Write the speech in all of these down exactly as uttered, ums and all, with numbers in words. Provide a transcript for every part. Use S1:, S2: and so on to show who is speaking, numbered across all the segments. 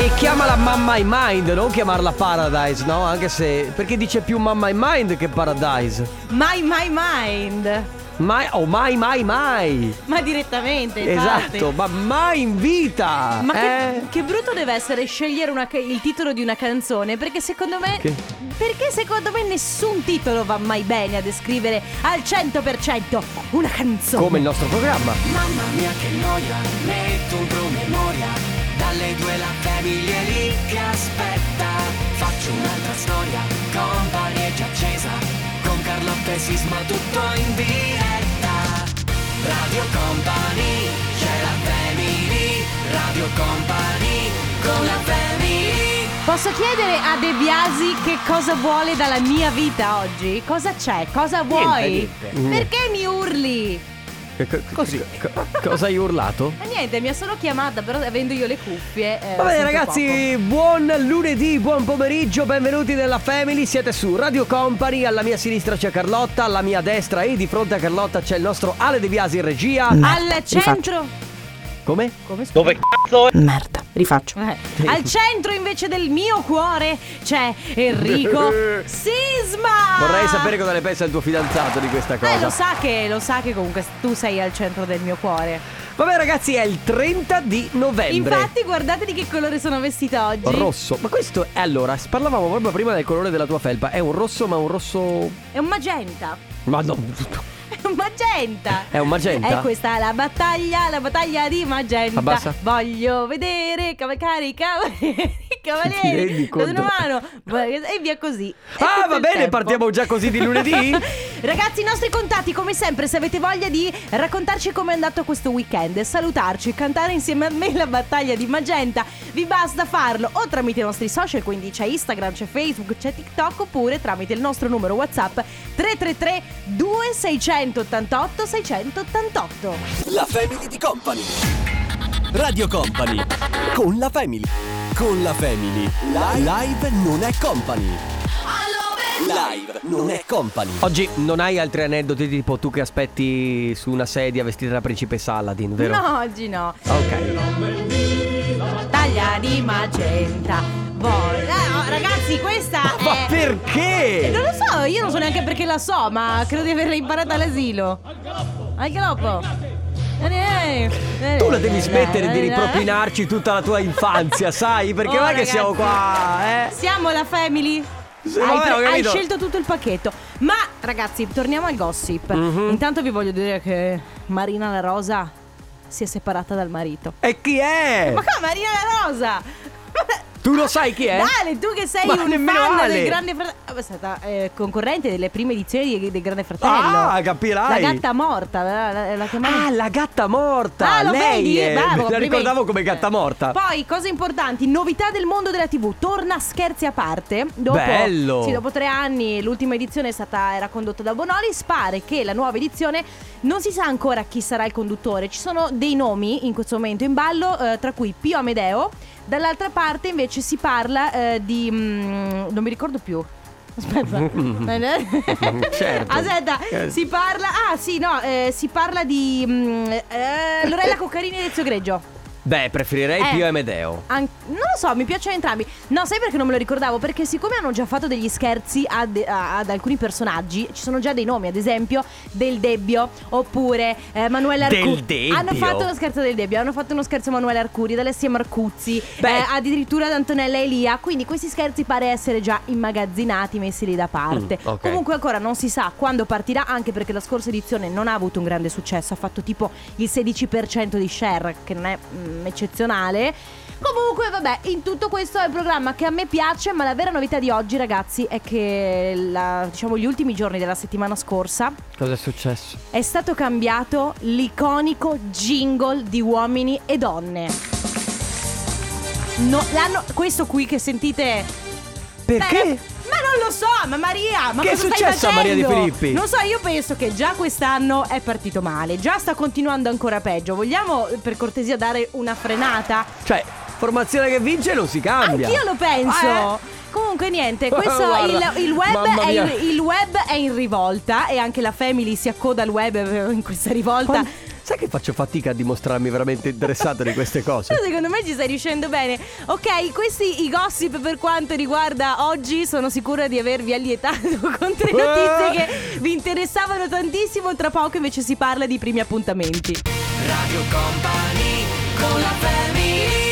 S1: E chiamala Mamma in Mind, non chiamarla Paradise, no? Anche se, perché dice più Mamma in Mind che Paradise.
S2: My my mind.
S1: Mai, oh mai mai mai.
S2: Ma direttamente, infatti.
S1: Esatto, ma mai in vita.
S2: Ma
S1: eh?
S2: che, che brutto deve essere scegliere una, il titolo di una canzone. Perché secondo me
S1: Che?
S2: Perché secondo me nessun titolo va mai bene a descrivere al cento per cento una canzone.
S1: Come il nostro programma.
S3: Mamma mia che noia, metto un promemoria. Dalle due la famiglia è lì che aspetta. Faccio un'altra storia, Company è già accesa. Con Carlotta e Sisma tutto in diretta. Radio Company, c'è la family. Radio Company, con la family.
S2: Posso chiedere a De Biasi che cosa vuole dalla mia vita oggi? Cosa c'è? Cosa vuoi?
S1: Niente, niente.
S2: Perché mi urli?
S1: Così. Co- cosa hai urlato?
S2: Ma niente, mi ha solo chiamata, però avendo io le cuffie eh,
S1: Va bene
S2: sento
S1: ragazzi, buon lunedì, buon pomeriggio, benvenuti nella Family. Siete su Radio Company, alla mia sinistra c'è Carlotta, alla mia destra e di fronte a Carlotta c'è il nostro Ale De Biasi in regia.
S2: poco. Al centro.
S1: Come?
S2: Come scusa?
S4: Dove cazzo è?
S2: Merda, rifaccio. Eh. Al centro invece del mio cuore c'è Enrico Sisma.
S1: Vorrei sapere cosa ne pensa il tuo fidanzato di questa cosa.
S2: Eh, lo sa che, lo sa che comunque tu sei al centro del mio cuore.
S1: Vabbè ragazzi, è il trenta di novembre.
S2: Infatti guardate di che colore sono vestita oggi.
S1: Rosso. Ma questo è, allora, parlavamo proprio prima del colore della tua felpa. È un rosso, ma un rosso...
S2: È un magenta.
S1: Ma no.
S2: È un magenta.
S1: È un magenta?
S2: E questa è la battaglia, la battaglia di magenta.
S1: Abbassa.
S2: Voglio vedere cavalcare i cavalieri.
S1: Ti rendi
S2: Cavalieri
S1: conto?
S2: con una mano. E via così. E
S1: Ah,
S2: tutto
S1: va
S2: il
S1: bene,
S2: tempo.
S1: partiamo già così di lunedì?
S2: Ragazzi, i nostri contatti, come sempre, se avete voglia di raccontarci come è andato questo weekend, salutarci, cantare insieme a me la battaglia di magenta, vi basta farlo o tramite i nostri social, quindi c'è Instagram, c'è Facebook, c'è TikTok, oppure tramite il nostro numero WhatsApp tre tre tre due sei otto otto sei otto otto.
S5: La Family di Company. Radio Company. Con la Family. Con la Family. Live non è Company. Live non è Company.
S1: Oggi non hai altri aneddoti tipo tu che aspetti su una sedia vestita da principessa Aladdin, vero?
S2: No, oggi no.
S1: Ok.
S2: Battaglia di magenta. Voi- no, ragazzi, questa
S1: Ma
S2: è...
S1: perché?
S2: Non lo so, io non so neanche perché la so, ma credo di averla imparata all'asilo. Al galoppo.
S1: Tu la devi smettere di ripropinarci tutta la tua infanzia, sai? Perché
S2: Oh,
S1: non è che
S2: ragazzi,
S1: siamo qua, eh?
S2: Siamo la family.
S1: Sì,
S2: hai,
S1: vabbè,
S2: pre-
S1: ho
S2: hai
S1: capito.
S2: scelto tutto il pacchetto. Ma ragazzi, torniamo al gossip.
S1: Mhm.
S2: Intanto vi voglio dire che Marina La Rosa si è separata dal marito.
S1: E chi è?
S2: Ma come Marina La Rosa?
S1: Tu lo sai chi è?
S2: Dale, tu che sei
S1: Ma
S2: un
S1: nemmeno
S2: fan
S1: Ale.
S2: del Grande Fratello. È stata eh, concorrente delle prime edizioni di, del Grande Fratello.
S1: Ah, capirai.
S2: La gatta morta, la, la, la chiamavano-
S1: Ah, la gatta morta.
S2: Ah, lo
S1: Lei
S2: vedi?
S1: è...
S2: Bravo,
S1: Me la
S2: complimenti.
S1: ricordavo come gatta morta.
S2: Poi, cose importanti, novità del mondo della tivù. Torna Scherzi a parte. Dopo,
S1: Bello.
S2: Sì, dopo tre anni l'ultima edizione è stata, era condotta da Bonolis. Pare che la nuova edizione non si sa ancora chi sarà il conduttore. Ci sono dei nomi in questo momento in ballo, eh, tra cui Pio Amedeo. Dall'altra parte invece si parla eh, di... mm, non mi ricordo più. Aspetta.
S1: Certo.
S2: Aspetta,
S1: Eh.
S2: si parla... Ah sì, no, eh, si parla di... mm, eh, Lorella Coccarini e Ezio Greggio.
S1: Beh, preferirei
S2: Eh.
S1: Pio Amedeo.
S2: An- non lo so, mi piacciono entrambi. No, sai perché non me lo ricordavo? Perché siccome hanno già fatto degli scherzi ad, a- ad alcuni personaggi, ci sono già dei nomi, ad esempio Del Debbio, oppure eh, Manuele
S1: Del
S2: Arcuri.
S1: Debbio?
S2: Hanno fatto uno scherzo del Debbio, hanno fatto uno scherzo a Manuele Arcuri, ad Alessia Marcuzzi,
S1: Beh.
S2: eh, addirittura ad Antonella Elia. Quindi questi scherzi pare essere già immagazzinati, messi lì da parte.
S1: Mm, ok.
S2: Comunque ancora non si sa quando partirà, anche perché la scorsa edizione non ha avuto un grande successo, ha fatto tipo il sedici per cento di share, che non è mm, eccezionale. Comunque vabbè, in tutto questo è il programma che a me piace, ma la vera novità di oggi ragazzi è che la, diciamo gli ultimi giorni della settimana scorsa
S1: Cosa è successo?
S2: è stato cambiato l'iconico jingle di Uomini e Donne. No, l'hanno, questo qui che sentite.
S1: Perché?
S2: Beh, ma non lo so, ma Maria, ma
S1: Che è
S2: cosa stai
S1: successo a Maria
S2: facendo?
S1: De Filippi?
S2: Non so, io penso che già quest'anno è partito male, già sta continuando ancora peggio. Vogliamo per cortesia dare una frenata?
S1: Cioè, formazione che vince non si cambia.
S2: Anch'io lo penso.
S1: Ah, eh?
S2: Comunque niente, questo
S1: Guarda,
S2: il, il, web
S1: mamma
S2: è
S1: mia.
S2: in, il web è in rivolta e anche la family si accoda al web in questa rivolta.
S1: Quan- Sai che faccio fatica a dimostrarmi veramente interessato di queste cose?
S2: Secondo me ci stai riuscendo bene. Ok, questi i gossip per quanto riguarda oggi. Sono sicura di avervi allietato con tre notizie che vi interessavano tantissimo. Tra poco invece si parla di primi appuntamenti.
S3: Radio Company con la family.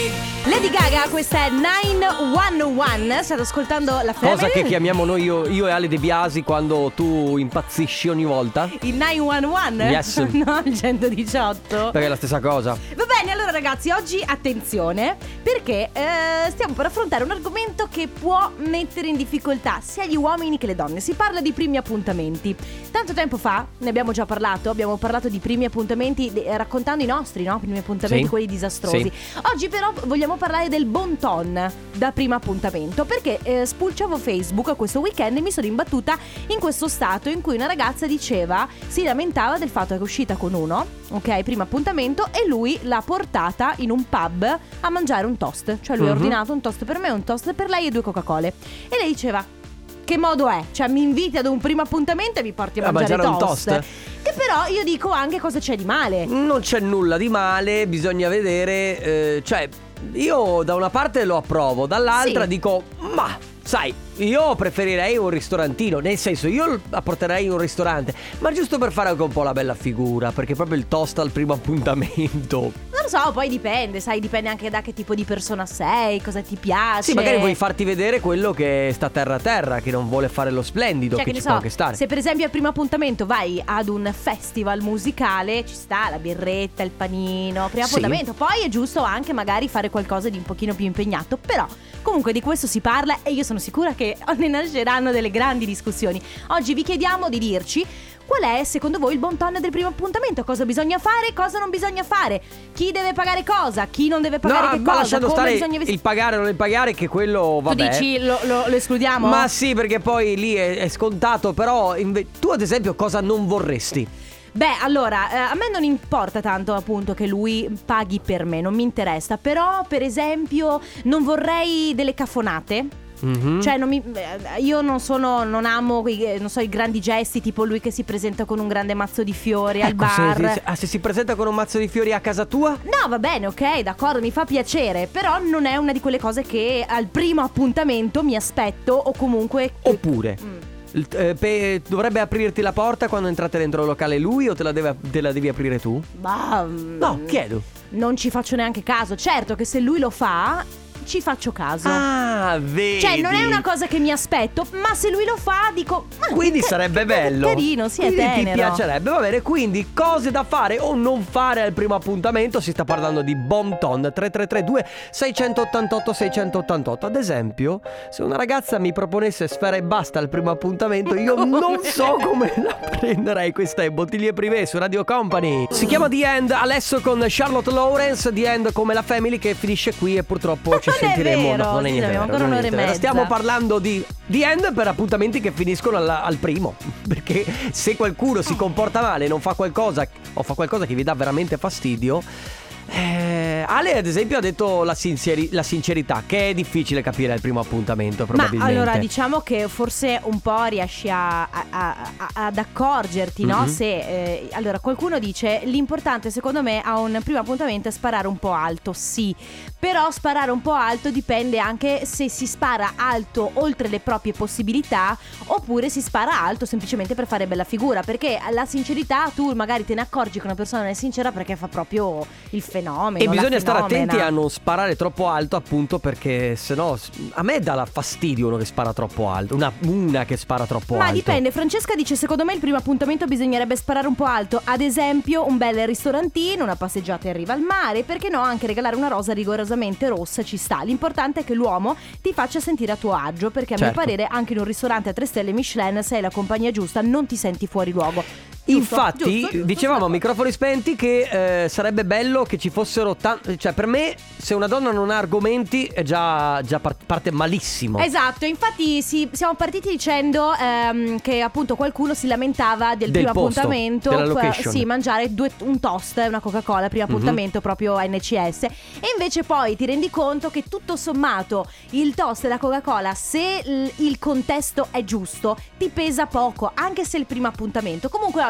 S2: Lady Gaga, questa è nove uno uno. State ascoltando la Family.
S1: Cosa che chiamiamo noi, io, io e Ale De Biasi, quando tu impazzisci ogni volta.
S2: Il nove uno uno?
S1: Yes.
S2: No, il centodiciotto.
S1: Perché è la stessa cosa.
S2: Va bene, allora ragazzi, oggi attenzione, perché eh, stiamo per affrontare un argomento che può mettere in difficoltà sia gli uomini che le donne. Si parla di primi appuntamenti. Tanto tempo fa ne abbiamo già parlato. Abbiamo parlato di primi appuntamenti de- raccontando i nostri, no? Primi appuntamenti,
S1: Sì.
S2: quelli disastrosi.
S1: Sì.
S2: Oggi però vogliamo parlare del bon ton da primo appuntamento, perché eh, spulciavo Facebook questo weekend e mi sono imbattuta in questo stato in cui una ragazza diceva, si lamentava del fatto che è uscita con uno, ok, primo appuntamento, e lui l'ha portata in un pub a mangiare un toast. Cioè lui
S1: Mhm.
S2: ha ordinato un toast per me, un toast per lei e due Coca-Cola. E lei diceva: che modo è? Cioè mi inviti ad un primo appuntamento e mi porti a
S1: A
S2: mangiare,
S1: mangiare un
S2: toast.
S1: toast?
S2: Che però io dico anche cosa c'è di male.
S1: Non c'è nulla di male, bisogna vedere, eh, cioè io da una parte lo approvo, dall'altra
S2: Sì.
S1: dico, ma sai, io preferirei un ristorantino, nel senso io la porterei in un ristorante, ma giusto per fare anche un po' la bella figura, perché proprio il toast al primo appuntamento.
S2: Non lo so, poi dipende, sai, dipende anche da che tipo di persona sei, cosa ti piace.
S1: Sì, magari vuoi farti vedere quello che sta terra a terra, che non vuole fare lo splendido,
S2: Cioè,
S1: che
S2: che
S1: ci
S2: ne
S1: può
S2: so,
S1: anche stare.
S2: se per esempio al primo appuntamento vai ad un festival musicale, ci sta la birretta, il panino, primo
S1: Sì.
S2: appuntamento. Poi è giusto anche magari fare qualcosa di un pochino più impegnato. Però comunque di questo si parla e io sono sicura che ne nasceranno delle grandi discussioni. Oggi vi chiediamo di dirci qual è secondo voi il bon ton del primo appuntamento, cosa bisogna fare, cosa non bisogna fare, chi deve pagare cosa, chi non deve pagare
S1: No,
S2: che
S1: ma
S2: cosa,
S1: lasciando
S2: come
S1: stare
S2: bisogna vestire.
S1: il pagare o non il pagare, che quello
S2: Tu
S1: vabbè.
S2: dici lo, lo- lo escludiamo?
S1: Ma sì, perché poi lì è, è scontato, però inve- tu ad esempio cosa non vorresti?
S2: Beh, allora, eh, a me non importa tanto appunto che lui paghi per me, non mi interessa. Però, per esempio, non vorrei delle cafonate.
S1: Mhm.
S2: Cioè non mi, eh, io non sono, non amo quei, eh, non so, i grandi gesti, tipo lui che si presenta con un grande mazzo di fiori al
S1: Ecco, se,
S2: bar.
S1: se- ah, se si presenta con un mazzo di fiori a casa tua?
S2: No, va bene, ok, d'accordo, mi fa piacere. Però non è una di quelle cose che al primo appuntamento mi aspetto, o comunque
S1: Oppure
S2: Mm.
S1: il- eh, pe- dovrebbe aprirti la porta quando entrate dentro il locale lui, o te la, deve- te la devi aprire tu?
S2: Bah, mm,
S1: No, chiedo.
S2: non ci faccio neanche caso. Certo che se lui lo fa ci faccio caso.
S1: Ah, vedi.
S2: Cioè non è una cosa che mi aspetto, ma se lui lo fa dico "Ma
S1: Quindi
S2: che-
S1: sarebbe
S2: che
S1: bello.
S2: carino, sì, è
S1: Quindi ti
S2: tenero".
S1: piacerebbe. Va bene, quindi cose da fare o non fare al primo appuntamento. Si sta parlando di bon ton. Tre tre tre due sei otto otto sei otto otto. Ad esempio, se una ragazza mi proponesse sfera e basta al primo appuntamento, io
S2: Come?
S1: non so come la prenderei. Questa è Bottiglie Privé su Radio Company. Si chiama The End, adesso con Charlotte Lawrence. The End come la Family, che finisce qui e purtroppo ci
S2: Non è
S1: sentiremo.
S2: vero,
S1: No, non è
S2: sì,
S1: niente
S2: abbiamo
S1: vero,
S2: ancora
S1: non è
S2: un'ora e
S1: niente vero.
S2: mezza.
S1: Stiamo parlando di The End per appuntamenti che finiscono al, al primo. Perché se qualcuno si comporta male, non fa qualcosa o fa qualcosa che vi dà veramente fastidio, eh, Ale ad esempio ha detto la, sinceri- la sincerità, che è difficile capire al primo appuntamento
S2: Ma
S1: probabilmente.
S2: allora diciamo che forse un po' riesci a, a- a- a- ad accorgerti, no?
S1: Mhm.
S2: Se eh, allora qualcuno dice l'importante secondo me a un primo appuntamento è sparare un po' alto. Sì, però sparare un po' alto dipende anche se si spara alto oltre le proprie possibilità, oppure si spara alto semplicemente per fare bella figura. Perché la sincerità, tu magari te ne accorgi che una persona non è sincera perché fa proprio il fenomeno.
S1: E bisogna
S2: la
S1: stare
S2: fenomena.
S1: attenti a non sparare troppo alto, appunto perché sennò a me dà fastidio uno che spara troppo alto. Una, una che spara troppo
S2: Ma
S1: alto.
S2: dipende, Francesca dice secondo me il primo appuntamento bisognerebbe sparare un po' alto. Ad esempio un bel ristorantino, una passeggiata in riva al mare. Perché no, anche regalare una rosa rigorosamente rossa ci sta. L'importante è che l'uomo ti faccia sentire a tuo agio. Perché a
S1: Certo.
S2: mio parere anche in un ristorante a tre stelle Michelin, se hai la compagnia giusta, non ti senti fuori luogo. Giusto?
S1: Infatti,
S2: Giusto, giusto,
S1: dicevamo a
S2: sono
S1: microfoni spenti che eh, sarebbe bello che ci fossero tanti. Cioè, per me, se una donna non ha argomenti, è già, già par- parte malissimo.
S2: Esatto, infatti sì, siamo partiti dicendo ehm, che appunto qualcuno si lamentava del,
S1: Del
S2: primo
S1: posto,
S2: appuntamento,
S1: della
S2: eh,
S1: location.
S2: sì, mangiare due, un toast e una Coca-Cola, primo
S1: Mhm.
S2: appuntamento proprio N C S. E invece poi ti rendi conto che tutto sommato il toast e la Coca-Cola, se l- il contesto è giusto, ti pesa poco, anche se è il primo appuntamento. Comunque oggi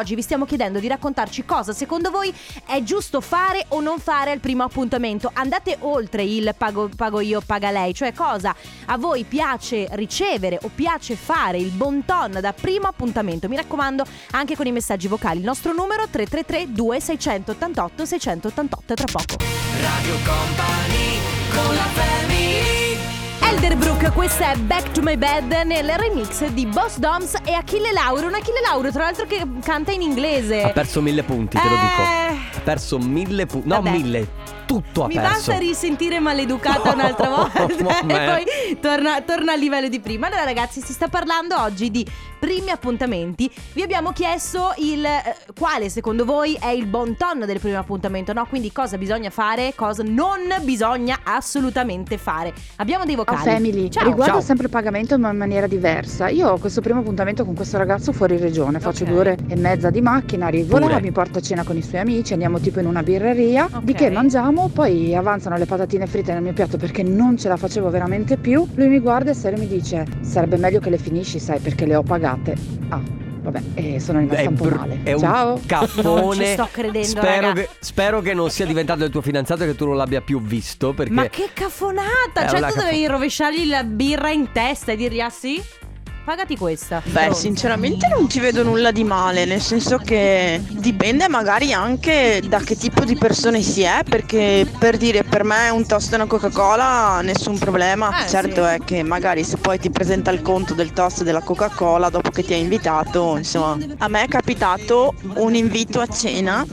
S2: oggi vi stiamo chiedendo di raccontarci cosa secondo voi è giusto fare o non fare al primo appuntamento. Andate oltre il pago, pago io, paga lei, cioè cosa a voi piace ricevere o piace fare, il bon ton da primo appuntamento. Mi raccomando, anche con i messaggi vocali. Il nostro numero tre tre tre due sei otto otto sei otto otto, tra poco.
S3: Radio Company con la family.
S2: Elderbrook, questa è Back to My Bed nel remix di Boss Doms e Achille Lauro. Un Achille Lauro tra l'altro che canta in inglese.
S1: Ha perso mille punti, te lo
S2: Eh.
S1: dico. Ha perso mille punti. No,
S2: Vabbè.
S1: mille. Tutto ha
S2: Mi
S1: perso.
S2: basta risentire maleducata un'altra volta e
S1: Vabbè.
S2: poi torna, torna al livello di prima. Allora ragazzi, si sta parlando oggi di primi appuntamenti. Vi abbiamo chiesto il eh, quale secondo voi è il bon ton del primo appuntamento, no? Quindi cosa bisogna fare, cosa non bisogna assolutamente fare. Abbiamo dei vocali.
S4: Ciao family,
S2: Ciao.
S4: riguardo
S1: Ciao.
S4: sempre il pagamento ma in maniera diversa. Io ho questo primo appuntamento con questo ragazzo fuori regione, faccio
S2: Ok.
S4: due ore e mezza di macchina, arrivo
S1: Pure.
S4: là, mi porta a cena con i suoi amici, andiamo tipo in una birreria,
S2: Ok.
S4: di che mangiamo, poi avanzano le patatine fritte nel mio piatto perché non ce la facevo veramente più. Lui mi guarda e serio mi dice: sarebbe meglio che le finisci, sai, perché le ho pagate. Ah, vabbè, e sono rimasta
S1: È,
S4: un po'
S1: br-
S4: male.
S1: è un
S4: Ciao.
S1: caffone.
S2: Non ci sto credendo,
S1: spero
S2: raga.
S1: che, spero che non sia diventato il tuo fidanzato e che tu non l'abbia più visto. Perché
S2: Ma che caffonata!
S1: È
S2: Cioè
S1: una
S2: tu
S1: caffo-
S2: dovevi rovesciargli la birra in testa e dirgli ah sì? Pagati questa.
S6: Beh,
S2: Pronto.
S6: sinceramente non ti vedo nulla di male, nel senso che dipende magari anche da che tipo di persone si è, perché per dire per me un toast e una Coca-Cola nessun problema.
S2: Eh,
S6: Certo
S2: sì.
S6: è che magari se poi ti presenta il conto del toast e della Coca-Cola dopo che ti ha invitato, insomma, a me è capitato un invito a cena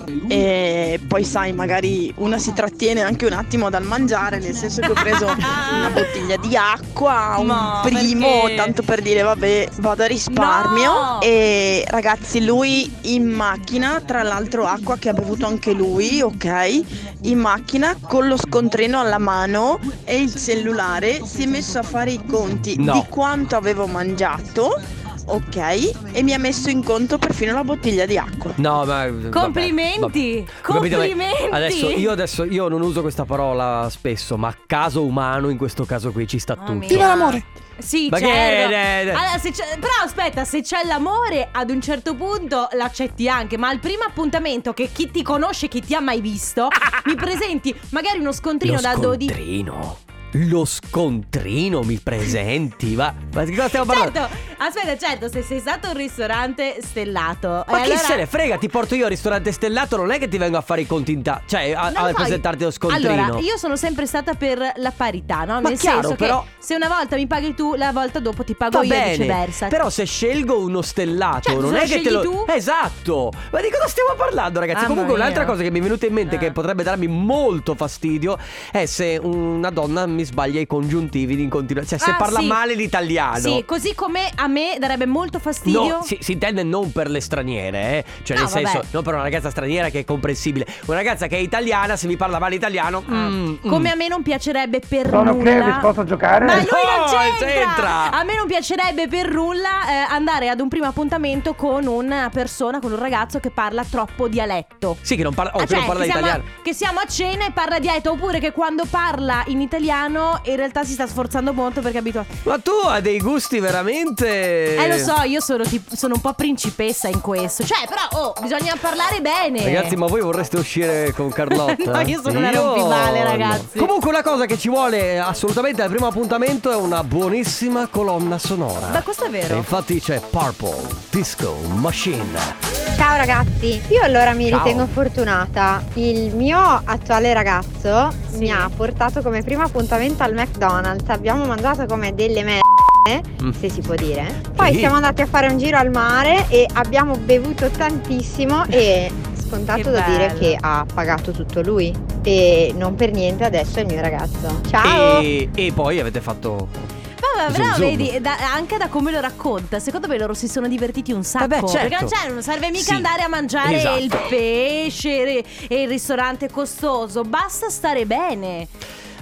S6: e poi sai magari una si trattiene anche un attimo dal mangiare, nel senso che ho preso una bottiglia di acqua, un
S2: Ma
S6: primo,
S2: perché?
S6: tanto per dire vabbè vado a risparmio.
S2: No!
S6: E ragazzi, lui in macchina, tra l'altro acqua che ha bevuto anche lui, ok, in macchina con lo scontrino alla mano e il cellulare si è messo a fare i conti
S1: No.
S6: di quanto avevo mangiato, ok, e mi ha messo in conto perfino la bottiglia di acqua.
S1: No, ma vabbè,
S2: Complimenti,
S1: vabbè. Ho capito, ma
S2: complimenti.
S1: Adesso io adesso io non uso questa parola spesso, ma caso umano in questo caso qui ci sta
S2: Mamma
S1: tutto.
S2: mia.
S7: Viva l'amore!
S2: Sì,
S1: Ma che-
S2: certo.
S1: eh, eh.
S2: Allora, se c'è- però aspetta, se c'è l'amore ad un certo punto l'accetti anche. Ma al primo appuntamento, che chi ti conosce, chi ti ha mai visto, mi presenti magari uno scontrino
S1: Lo
S2: da dodici.
S1: scontrino. Lo scontrino mi presenti? Ma, ma di cosa stiamo parlando?
S2: Certo, aspetta, certo, se sei stato a un ristorante stellato.
S1: Ma
S2: e
S1: chi
S2: allora-
S1: se ne frega, ti porto io al ristorante stellato, non è che ti vengo a fare i conti in ta- cioè a,
S2: Non
S1: a
S2: lo so,
S1: presentarti lo scontrino.
S2: Allora, io sono sempre stata per la parità, no?
S1: Ma
S2: Nel
S1: chiaro,
S2: senso
S1: però-
S2: che se una volta mi paghi tu, la volta dopo ti pago
S1: Va
S2: io e
S1: bene,
S2: viceversa.
S1: però se scelgo uno stellato
S2: Certo,
S1: non
S2: se
S1: è
S2: lo
S1: che te
S2: scegli
S1: lo
S2: tu.
S1: Esatto. Ma di cosa stiamo parlando, ragazzi?
S2: Mamma
S1: Comunque un'altra
S2: mia.
S1: cosa che mi è venuta in mente
S2: Eh.
S1: che potrebbe darmi molto fastidio è se una donna mi sbaglia i congiuntivi in continuazione, cioè se
S2: Ah,
S1: parla
S2: sì.
S1: male l'italiano.
S2: Sì, così come a me darebbe molto fastidio.
S1: No, si, si intende non per le straniere, eh? Cioè
S2: No,
S1: nel senso,
S2: vabbè.
S1: non per una ragazza straniera che è comprensibile. Una ragazza che è italiana, se mi parla male italiano,
S2: Ah.
S1: mm, mm.
S2: Come a me non piacerebbe per
S7: Sono
S2: nulla.
S7: Clevis, posso giocare?
S2: Ma lui
S1: No,
S2: non c'entra.
S1: c'entra.
S2: A me non piacerebbe per nulla eh, andare ad un primo appuntamento con una persona, con un ragazzo che parla troppo dialetto.
S1: Sì, che non parla, oh,
S2: Ah,
S1: che non
S2: cioè,
S1: parla
S2: che siamo,
S1: italiano.
S2: che siamo a cena e parla dialetto, oppure che quando parla in italiano in realtà si sta sforzando molto perché è abituato.
S1: Ma tu hai dei gusti veramente.
S2: Eh lo so, io sono, tipo, sono un po' principessa in questo. Cioè, però, oh, bisogna parlare bene.
S1: Ragazzi, ma voi vorreste uscire con Carlotta?
S2: No, io sono una rompimale,
S1: no.
S2: ragazzi.
S1: Comunque una cosa che ci vuole assolutamente al primo appuntamento è una buonissima colonna sonora.
S2: Ma questo è vero.
S1: E infatti c'è Purple Disco Machine.
S8: Ciao ragazzi, io allora mi
S1: Ciao.
S8: ritengo fortunata. Il mio attuale ragazzo
S2: Sì.
S8: mi ha portato come primo appuntamento al McDonald's. Abbiamo mangiato come delle me,
S1: Mm.
S8: se si può dire. Poi
S1: Sì.
S8: siamo andati a fare un giro al mare e abbiamo bevuto tantissimo e scontato
S2: Che
S8: da dire
S2: bello.
S8: che ha pagato tutto lui. E non per niente adesso è il mio ragazzo. Ciao!
S1: E, e poi avete fatto.
S2: Vabbè,
S1: Zoom,
S2: però
S1: zoom.
S2: vedi, da- anche da come lo racconta, secondo me loro si sono divertiti un sacco.
S1: Vabbè, certo.
S2: Perché non, c'è, non serve mica
S1: Sì,
S2: andare a mangiare
S1: esatto.
S2: il pesce e e il ristorante costoso, basta stare bene.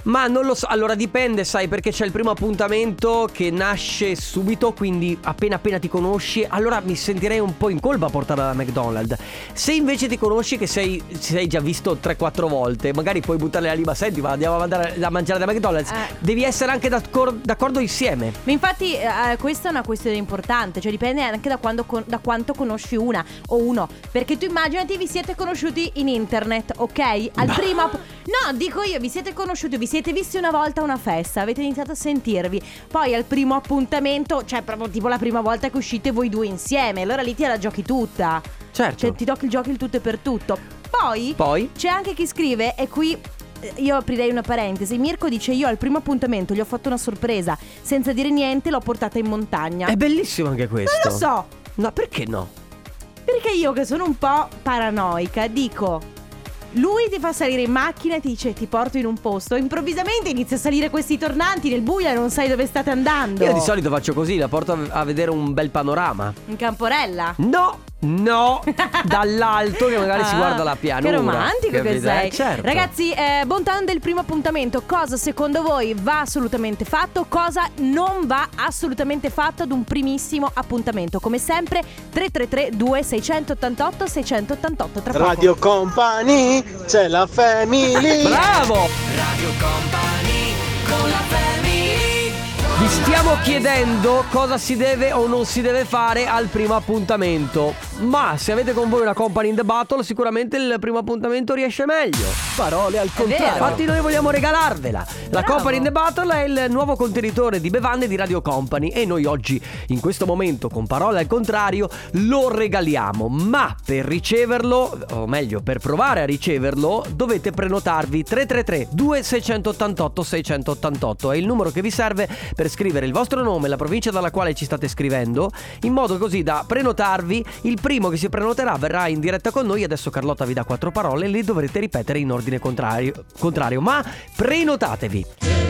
S1: Ma non lo so, allora dipende, sai, perché c'è il primo appuntamento che nasce subito, quindi appena appena ti conosci, allora mi sentirei un po' in colpa a portarla da McDonald's. Se invece ti conosci che sei, sei già visto tre quattro volte, magari puoi buttarle lì, ma senti, ma andiamo a mandare a mangiare da McDonald's.
S2: Eh.
S1: Devi essere anche d'accor- d'accordo insieme.
S2: Ma infatti eh, questa è una questione importante, cioè dipende anche da, quando con- da quanto conosci una o uno. Perché tu immaginati vi siete conosciuti in internet, ok? Al primo app- No, dico io, vi siete conosciuti, vi siete visti una volta a una festa, avete iniziato a sentirvi. Poi al primo appuntamento, cioè proprio tipo la prima volta che uscite voi due insieme, allora lì te la giochi tutta.
S1: Certo.
S2: Cioè ti giochi il gioco il tutto e per tutto. Poi,
S1: Poi?
S2: c'è anche chi scrive, e qui io aprirei una parentesi. Mirko dice: io al primo appuntamento gli ho fatto una sorpresa, senza dire niente l'ho portata in montagna.
S1: È bellissimo anche questo.
S2: Non lo so,
S1: No, perché no?
S2: perché io che sono un po' paranoica dico: lui ti fa salire in macchina e ti dice ti porto in un posto, improvvisamente inizia a salire questi tornanti nel buio e non sai dove state andando.
S1: Io di solito faccio così, la porto a, a vedere un bel panorama.
S2: In Camporella.
S1: No, no, dall'alto che magari si
S2: Ah,
S1: guarda la pianura.
S2: Che romantico che
S1: capito?
S2: sei.
S1: Eh, certo.
S2: Ragazzi, eh, bontà del primo appuntamento. Cosa secondo voi va assolutamente fatto? Cosa non va assolutamente fatto ad un primissimo appuntamento? Come sempre tre tre tre due sei otto otto sei otto otto. Tra poco.
S7: Radio Company, c'è la family.
S1: Bravo!
S3: Radio Company con la family.
S1: Vi stiamo chiedendo cosa si deve o non si deve fare al primo appuntamento. Ma se avete con voi una company in the battle, sicuramente il primo appuntamento riesce meglio.
S5: Parole al
S2: vero.
S5: contrario.
S1: Infatti noi vogliamo regalarvela. La
S2: Bravo.
S1: Company in the Battle è il nuovo contenitore di bevande di Radio Company e noi oggi, in questo momento, con Parole al contrario, lo regaliamo. Ma per riceverlo, o meglio per provare a riceverlo, dovete prenotarvi tre tre tre due sei otto otto sei otto otto. È il numero che vi serve per scrivere il vostro nome, la provincia dalla quale ci state scrivendo, in modo così da prenotarvi. Il primo che si prenoterà verrà in diretta con noi. Adesso Carlotta vi dà quattro parole e le dovrete ripetere in ordine contrario, contrario. Ma prenotatevi.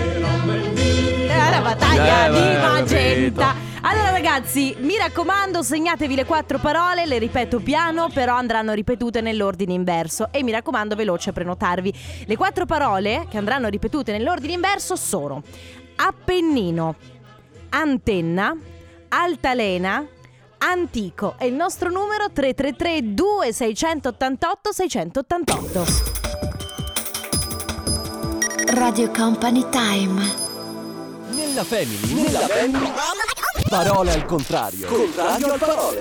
S2: È la battaglia
S1: Eh,
S2: di
S1: beh,
S2: Magenta.
S1: capito.
S2: Allora ragazzi, mi raccomando, segnatevi le quattro parole, le ripeto piano, però andranno ripetute nell'ordine inverso. E mi raccomando, veloce a prenotarvi. Le quattro parole che andranno ripetute nell'ordine inverso sono Appennino, antenna, altalena, antico. E il nostro numero tre tre tre due sei otto otto sei otto otto.
S9: Radio Company Time.
S5: Nella family, nella family. Parole al contrario. Contrario al parole.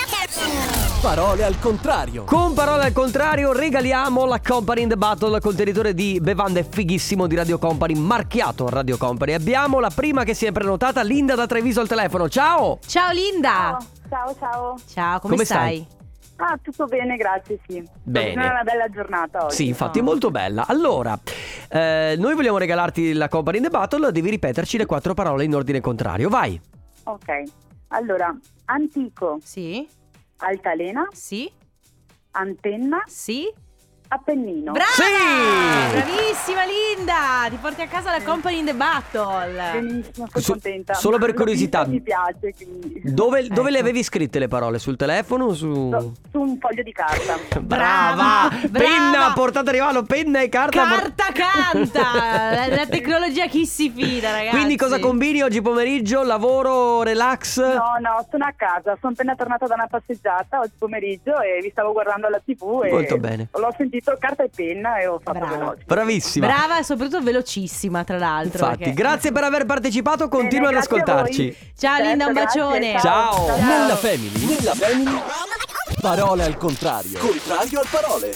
S5: Parole al contrario.
S1: Con Parole al contrario regaliamo la Company in the Battle, contenitore di bevande fighissimo di Radio Company, marchiato Radio Company. Abbiamo la prima che si è prenotata, Linda da Treviso al telefono. Ciao!
S2: Ciao Linda.
S10: Ciao, ciao.
S2: Ciao, come,
S1: Come
S2: stai?
S1: stai?
S10: Ah, tutto bene, grazie, sì.
S1: Bene.
S10: È una bella giornata oggi.
S1: Sì, infatti è
S10: no?
S1: molto bella. Allora, eh, noi vogliamo regalarti la Company in the Battle, devi ripeterci le quattro parole in ordine contrario. Vai!
S10: Ok, allora, antico,
S2: Sì,
S10: altalena,
S2: sì,
S10: antenna,
S2: sì.
S10: Appennino.
S2: Brava!
S1: Sì!
S2: Bravissima Linda! Ti porti a casa la Company in the Battle.
S10: Benissimo, sono
S1: So-
S10: contenta.
S1: solo per
S10: L'ho
S1: curiosità.
S10: vista e mi piace, quindi.
S1: Dove, dove le
S2: Ecco.
S1: avevi scritte le parole? Sul telefono o su...
S10: So- su un foglio di carta.
S1: Brava!
S2: Brava!
S1: Penna, portate a rivalo, penna e carta.
S2: Carta canta! la, la tecnologia chi si fida, ragazzi.
S1: Quindi cosa combini oggi pomeriggio? Lavoro, relax?
S10: No, no, sono a casa, sono appena tornata da una passeggiata oggi pomeriggio e vi stavo guardando la tivù e
S1: Molto bene.
S10: l'ho sentito carta e penna e ho fatto
S2: Brava.
S10: veloce.
S1: Bravissima.
S2: Brava e soprattutto velocissima, tra l'altro.
S1: Infatti,
S2: perché-
S1: grazie per aver partecipato, continua
S10: Bene,
S1: ad
S10: grazie a
S1: ascoltarci.
S10: voi.
S2: Ciao
S10: Certo,
S2: Linda, un
S10: grazie,
S2: bacione.
S1: Ciao.
S5: Nella family, nella family. Parole al contrario. Contrario al parole.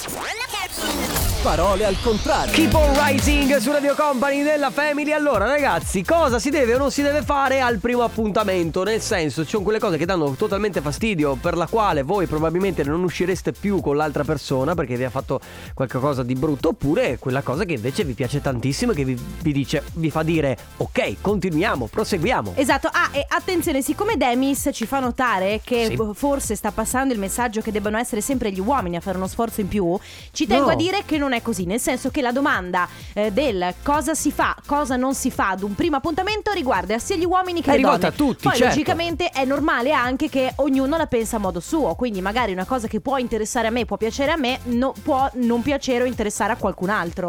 S5: Parole al contrario.
S1: Keep on rising su Radio Company nella Family. Allora ragazzi, cosa si deve o non si deve fare al primo appuntamento? Nel senso, ci sono quelle cose che danno totalmente fastidio, per la quale voi probabilmente non uscireste più con l'altra persona perché vi ha fatto qualcosa di brutto, oppure quella cosa che invece vi piace tantissimo e che vi, vi dice, vi fa dire ok, continuiamo, proseguiamo.
S2: Esatto, ah e attenzione, siccome Demis ci fa notare che
S1: Sì.
S2: forse sta passando il messaggio che debbano essere sempre gli uomini a fare uno sforzo in più, ci tengo
S1: No.
S2: a dire che non è così, nel senso che la domanda eh, del cosa si fa, cosa non si fa ad un primo appuntamento riguarda sia gli uomini che
S1: È
S2: le
S1: rivolta
S2: donne.
S1: a tutti,
S2: Poi
S1: certo.
S2: logicamente è normale anche che ognuno la pensa a modo suo, quindi magari una cosa che può interessare a me, può piacere a me, no- può non piacere o interessare a qualcun altro.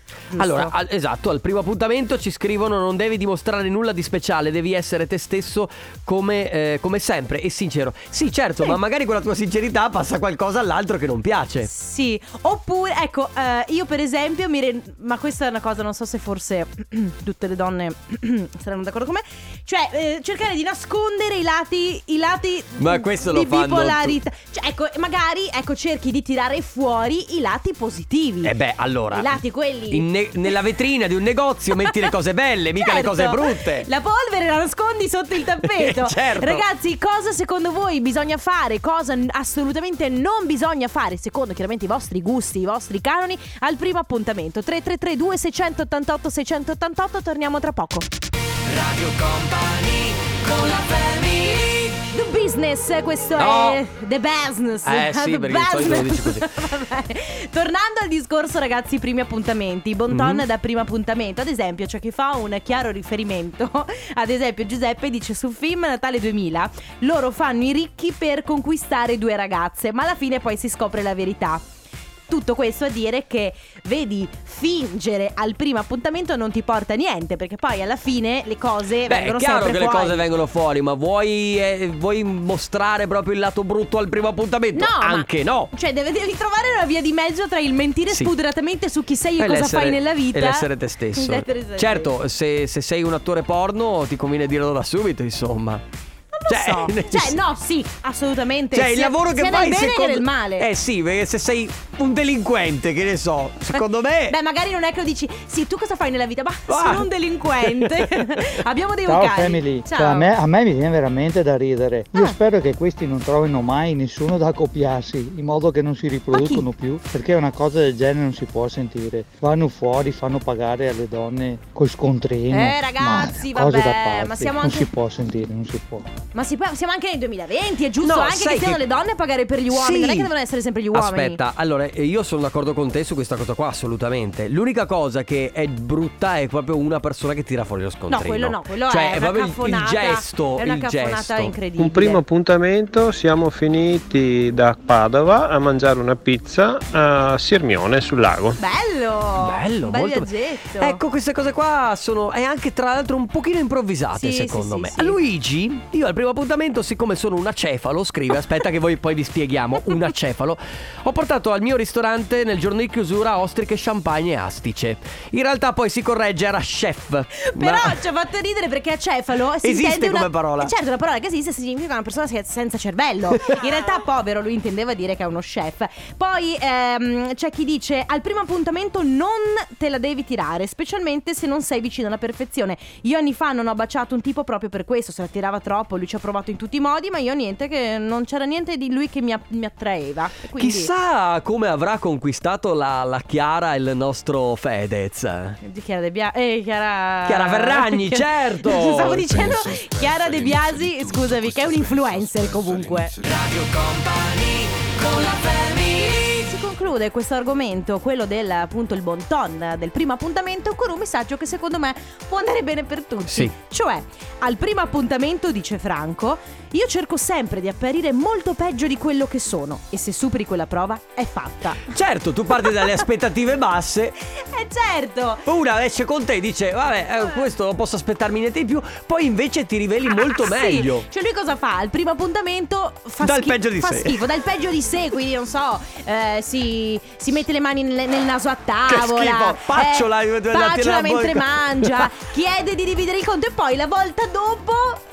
S2: giusto?
S1: Allora, al- esatto, al primo appuntamento ci scrivono: non devi dimostrare nulla di speciale, devi essere te stesso come, eh, come sempre e sincero. Sì, certo,
S2: Sì.
S1: ma magari con la tua sincerità passa qualcosa all'altro che non piace.
S2: Sì, oppure, ecco, eh, io per esempio mi re- ma questa è una cosa, non so se forse tutte le donne saranno d'accordo con me. Cioè, eh, cercare di nascondere i lati, i lati
S1: Ma questo lo
S2: di
S1: fanno
S2: bipolarità. Cioè, ecco, magari, ecco, cerchi di tirare fuori i lati positivi.
S1: Eh beh, allora,
S2: I lati quelli
S1: in ne- nella vetrina di un negozio metti le cose belle, mica le
S2: Certo.
S1: cose brutte.
S2: La polvere la nascondi sotto il tappeto.
S1: Certo.
S2: Ragazzi, cosa secondo voi bisogna fare? Cosa n- assolutamente non bisogna fare, secondo chiaramente i vostri gusti, i vostri canoni, al primo appuntamento? Tre tre tre due sei otto otto sei otto otto. Torniamo tra poco.
S3: Radio Company con la family.
S2: The Business, questo
S1: No.
S2: è The Business.
S1: Eh sì,
S2: The
S1: perché di solito lo dici così.
S2: Vabbè. Tornando al discorso, ragazzi, primi appuntamenti, bon ton
S1: Mhm.
S2: da primo appuntamento. Ad esempio, c'è chi fa un chiaro riferimento. Ad esempio, Giuseppe dice: sul film Natale duemila loro fanno i ricchi per conquistare due ragazze, ma alla fine poi si scopre la verità. Tutto questo a dire che, vedi, fingere al primo appuntamento non ti porta a niente, perché poi alla fine le cose
S1: Beh,
S2: vengono
S1: è chiaro
S2: sempre
S1: che le
S2: fuori.
S1: cose vengono fuori, ma vuoi, eh, vuoi mostrare proprio il lato brutto al primo appuntamento?
S2: No, ma-
S1: Anche no.
S2: Cioè, deve- devi trovare una via di mezzo tra il mentire
S1: Sì.
S2: spudoratamente su chi sei e,
S1: E
S2: cosa
S1: l'essere-
S2: fai nella vita
S1: e l'essere te stesso.
S2: L'essere te
S1: Certo, se, se sei un attore porno ti conviene dirlo da subito, insomma.
S2: Non lo
S1: Cioè,
S2: so. Cioè, no, sì, assolutamente.
S1: Cioè, il
S2: Sia-
S1: lavoro che
S2: sia
S1: fai
S2: nel bene
S1: secondo...
S2: che nel male.
S1: Eh sì, perché se sei un delinquente, che ne so, secondo me...
S2: Beh, magari non è che lo dici: sì, tu cosa fai nella vita? Ma
S1: Ah.
S2: sono un delinquente. Abbiamo dei
S11: Ciao
S2: vocali.
S11: family,
S2: Ciao.
S11: Cioè, a, me, a me mi viene veramente da ridere. Io
S2: Ah.
S11: spero che questi non trovino mai nessuno da accoppiarsi, in modo che non si riproducono più, perché una cosa del genere non si può sentire. Vanno fuori, fanno pagare alle donne col scontrino.
S2: Eh, ragazzi,
S11: ma cose
S2: vabbè,
S11: da pazzi.
S2: ma siamo
S11: Non
S2: anche-
S11: si può sentire, non si può.
S2: Ma si può- siamo anche nel duemilaventi, è giusto
S1: No,
S2: anche
S1: sai
S2: che siano
S1: che-
S2: le donne a pagare per gli uomini.
S1: Sì.
S2: Non è che devono essere sempre gli uomini.
S1: Aspetta, allora eh, io sono d'accordo con te su questa cosa qua, assolutamente. L'unica cosa che è brutta è proprio una persona che tira fuori lo scontrino.
S2: No, quello no, quello
S1: cioè,
S2: è una
S1: proprio il-
S2: caffonata.
S1: il gesto,
S2: È una
S1: il
S2: caffonata
S1: gesto.
S2: incredibile.
S12: Un primo appuntamento, siamo finiti da Padova a mangiare una pizza a Sirmione sul lago.
S2: Bello.
S1: Bello,
S2: un bel
S1: molto
S2: viaggetto.
S1: Ecco, queste cose qua sono è anche tra l'altro un pochino improvvisate,
S2: Sì,
S1: secondo
S2: sì,
S1: me.
S2: sì, sì.
S1: A Luigi, io al primo appuntamento, siccome sono un acefalo, scrive, aspetta che voi poi vi spieghiamo, un acefalo, ho portato al mio ristorante nel giorno di chiusura ostriche, champagne e astice. In realtà poi si corregge, era chef.
S2: Però
S1: Ma-
S2: ci ha fatto ridere perché acefalo si
S1: Esiste
S2: intende
S1: come
S2: una...
S1: parola.
S2: Certo, una parola che esiste significa una persona che- senza cervello. In realtà povero, lui intendeva dire che è uno chef. Poi ehm, c'è chi dice: al primo appuntamento non te la devi tirare, specialmente se non sei vicino alla perfezione. Io anni fa non ho baciato un tipo proprio per questo, se la tirava troppo, lui ci ha provato in tutti i modi, ma io niente, che non c'era niente di lui che mi, a- mi attraeva. E quindi...
S1: Chissà come avrà conquistato la, la Chiara il nostro Fedez.
S2: Di Chiara De Biasi. Eh, Chiara.
S1: Chiara Ferragni, certo.
S2: Stavo dicendo Chiara De Biasi, scusami, che è un influencer comunque.
S3: Radio Company con la family.
S2: Si conclude questo argomento, quello del appunto il bon ton del primo appuntamento, con un messaggio che secondo me può andare bene per tutti.
S1: Sì.
S2: Cioè, al primo appuntamento, dice Franco, io cerco sempre di apparire molto peggio di quello che sono, e se superi quella prova è fatta.
S1: Certo, tu parti dalle aspettative basse.
S2: Eh certo.
S1: Una esce con te e dice vabbè, eh, questo non posso aspettarmi niente di più. Poi invece ti riveli molto
S2: Ah, sì.
S1: meglio.
S2: Cioè lui cosa fa? Al primo appuntamento fa,
S1: Dal
S2: schi-
S1: peggio di
S2: fa
S1: sé.
S2: schifo, dal peggio di sé, quindi non so, eh, si, si mette le mani nel, nel naso a tavola.
S1: schifo, pacciola,
S2: eh,
S1: la- la-
S2: pacciola
S1: la-
S2: mentre
S1: la-
S2: mangia, chiede di dividere il conto e poi la volta dopo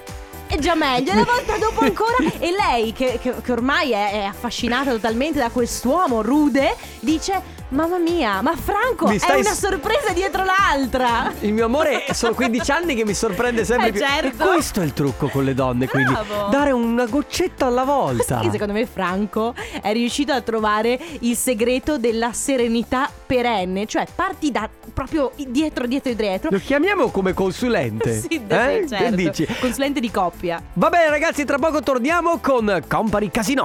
S2: è già meglio, la volta dopo ancora. E lei che, che- che ormai è, è affascinata totalmente da quest'uomo rude, dice: mamma mia, ma Franco
S1: Mi
S2: è
S1: stai
S2: una
S1: s-
S2: sorpresa dietro l'altra.
S1: Il mio amore, sono quindici anni che mi sorprende sempre
S2: Eh,
S1: più.
S2: certo.
S1: E questo è il trucco con le donne, quindi
S2: Bravo.
S1: dare una goccetta alla volta.
S2: Sì, secondo me Franco è riuscito a trovare il segreto della serenità perenne. Cioè parti da proprio dietro, dietro, dietro.
S1: Lo chiamiamo come consulente.
S2: Sì,
S1: eh?
S2: sì, certo.
S1: Che dici?
S2: Consulente di coppia.
S1: Va bene ragazzi, tra poco torniamo con Company Casino.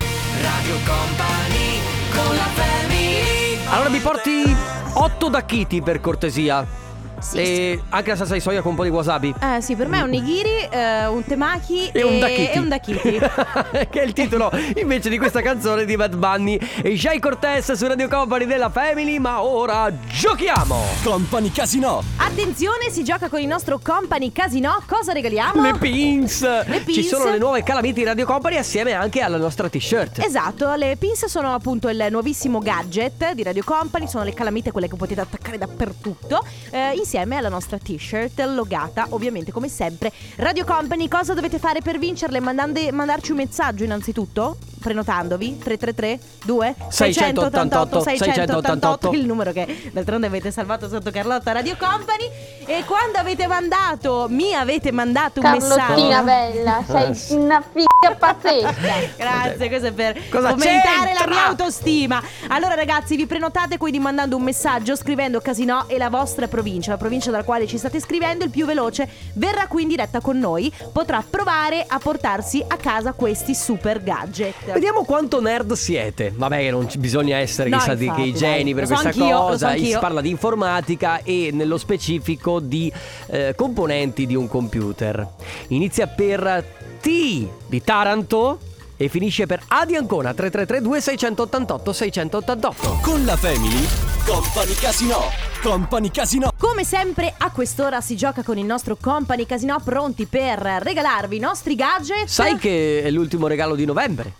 S3: Radio Company con la family.
S1: Allora mi porti otto da Kitty per cortesia.
S2: Sì,
S1: E anche la salsa di soia con un po' di wasabi.
S2: Eh sì, per me è un nigiri, eh, un temaki
S1: E un dakiti.
S2: e un dakiti.
S1: Che è il titolo invece di questa canzone di Bad Bunny e Jay Cortez su Radio Company della Family. Ma ora giochiamo
S5: Company Casino.
S2: Attenzione, si gioca con il nostro Company Casino. Cosa regaliamo?
S1: le pins.
S2: Le pins.
S1: Ci sono le nuove calamite di Radio Company assieme anche alla nostra t-shirt.
S2: Esatto, le pins sono appunto il nuovissimo gadget di Radio Company. Sono le calamite, quelle che potete attaccare dappertutto, eh, insieme alla nostra t-shirt logata, ovviamente come sempre Radio Company. Cosa dovete fare per vincerle? Mandande, mandarci un messaggio innanzitutto, prenotandovi tre tre tre due sei otto otto sei otto otto, il numero che d'altronde avete salvato sotto Carlotta Radio Company. E quando avete mandato, mi avete mandato un
S8: Carlottina
S2: messaggio.
S8: bella, sei una figa pazzesca.
S2: Grazie, questo è per
S1: Cosa
S2: aumentare
S1: c'entra?
S2: la mia autostima. Allora ragazzi, vi prenotate quindi mandando un messaggio, scrivendo Casino e la vostra provincia, la provincia dalla quale ci state scrivendo. Il più veloce verrà qui in diretta con noi, potrà provare a portarsi a casa questi super gadget.
S1: Vediamo quanto nerd siete. Vabbè, che non ci bisogna essere
S2: No,
S1: chissà di
S2: infatti,
S1: che i geni
S2: dai,
S1: per
S2: lo so
S1: questa
S2: anch'io, lo so
S1: cosa.
S2: anch'io.
S1: Si parla di informatica e nello specifico di eh, componenti di un computer. Inizia per T di Taranto e finisce per A di Ancona. Tre tre tre due sei otto otto sei otto otto.
S5: Con la Family, Company Casino. Company Casino.
S2: Come sempre a quest'ora si gioca con il nostro Company Casino, pronti per regalarvi i nostri gadget.
S1: Sai che è l'ultimo regalo di novembre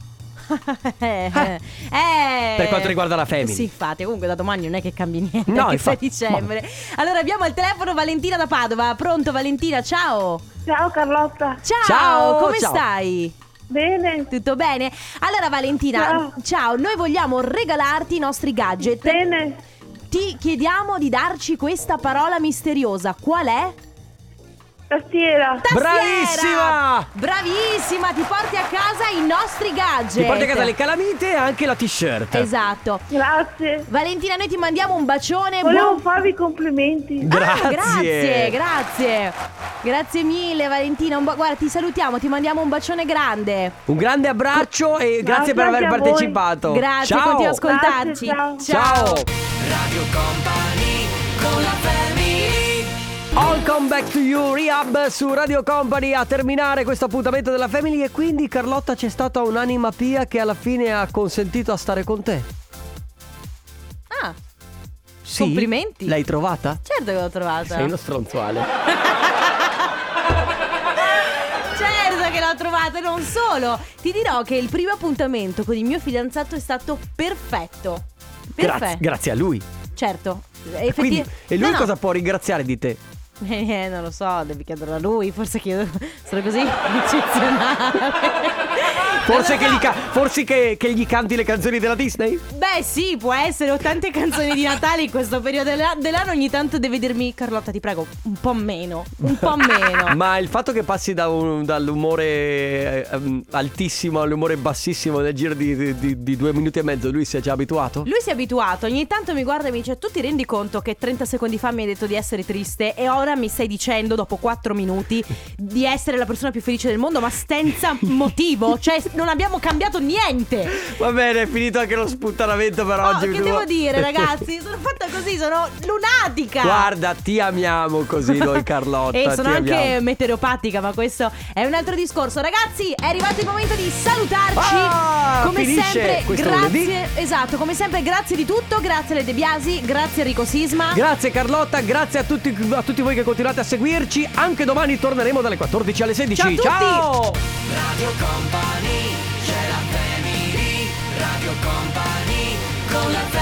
S2: eh, eh.
S1: per quanto riguarda la Family.
S2: Sì, infatti, comunque da domani non è che cambi niente,
S1: No,
S2: che sei
S1: infatti.
S2: dicembre. Allora abbiamo al telefono Valentina da Padova. Pronto Valentina, ciao.
S10: Ciao Carlotta.
S2: Ciao,
S1: Ciao,
S2: come
S1: ciao.
S2: stai?
S10: Bene.
S2: Tutto bene? Allora Valentina,
S10: Ciao.
S2: ciao, noi vogliamo regalarti i nostri gadget.
S10: Bene.
S2: Ti chiediamo di darci questa parola misteriosa. Qual è?
S10: Tastiera.
S2: Tastiera!
S1: Bravissima!
S2: Bravissima, ti porti a casa i nostri gadget.
S1: Ti porti a casa le calamite e anche la t-shirt.
S2: Esatto.
S10: Grazie.
S2: Valentina, noi ti mandiamo un bacione.
S10: Volevo
S2: buon-
S10: farvi i complimenti.
S1: Grazie.
S2: Ah, grazie, grazie. Grazie mille Valentina. Un ba- Guarda, ti salutiamo, ti mandiamo un bacione grande.
S1: Un grande abbraccio e grazie per
S10: anche
S1: aver
S10: a voi.
S1: partecipato.
S2: Grazie,
S1: Ciao.
S2: continua a ascoltarci.
S10: Grazie, ciao.
S1: Ciao.
S3: Radio Company con la Family.
S1: All Come Back to You, Rehab su Radio Company a terminare questo appuntamento della Family. E quindi Carlotta, c'è stata un'anima pia che alla fine ha consentito a stare con te.
S2: Ah,
S1: Sì?
S2: complimenti.
S1: L'hai trovata?
S2: certo che l'ho trovata.
S1: Sei uno stronzuale.
S2: Certo che l'ho trovata, non solo. Ti dirò che il primo appuntamento con il mio fidanzato è stato perfetto.
S1: Grazie,
S2: Perfetto.
S1: grazie a lui.
S2: Certo.
S1: E, quindi, e lui
S2: No, no.
S1: cosa può ringraziare di te?
S2: Eh, non lo so, devi chiederlo a lui. Forse che sono così eccezionale.
S1: Forse,
S2: Non
S1: che
S2: lo so.
S1: gli, ca- forse che, che gli canti le canzoni della Disney?
S2: Beh sì, può essere. Ho tante canzoni di Natale in questo periodo della- dell'anno. Ogni tanto deve dirmi: Carlotta, ti prego, un po' meno. Un po' meno.
S1: Ma il fatto che passi da un- dall'umore eh, ehm, altissimo all'umore bassissimo nel giro di, di- di- di due minuti e mezzo, lui si è già abituato?
S2: Lui si è abituato. Ogni tanto mi guarda e mi dice: tu ti rendi conto che trenta secondi fa mi hai detto di essere triste e ora mi stai dicendo dopo quattro minuti di essere la persona più felice del mondo, ma senza motivo? Cioè non abbiamo cambiato niente.
S1: Va bene, è finito anche lo sputtanamento per
S2: Oh,
S1: oggi.
S2: che devo dire ragazzi? Sono fatta così, sono lunatica.
S1: Guarda, ti amiamo così noi Carlotta.
S2: E sono
S1: ti
S2: anche
S1: amiamo.
S2: meteoropatica, ma questo è un altro discorso. Ragazzi, è arrivato il momento di salutarci.
S1: Ah,
S2: come
S1: finisce
S2: sempre,
S1: questo
S2: grazie.
S1: lunedì.
S2: Esatto, come sempre, grazie di tutto. Grazie alle De Biasi, grazie Enrico Sisma.
S1: Grazie Carlotta, grazie a tutti, a tutti voi che continuate a seguirci. Anche domani torneremo dalle quattordici alle sedici.
S2: Ciao a tutti.
S1: Ciao!
S3: Radio Company, c'è la Family. Radio Company con la Family.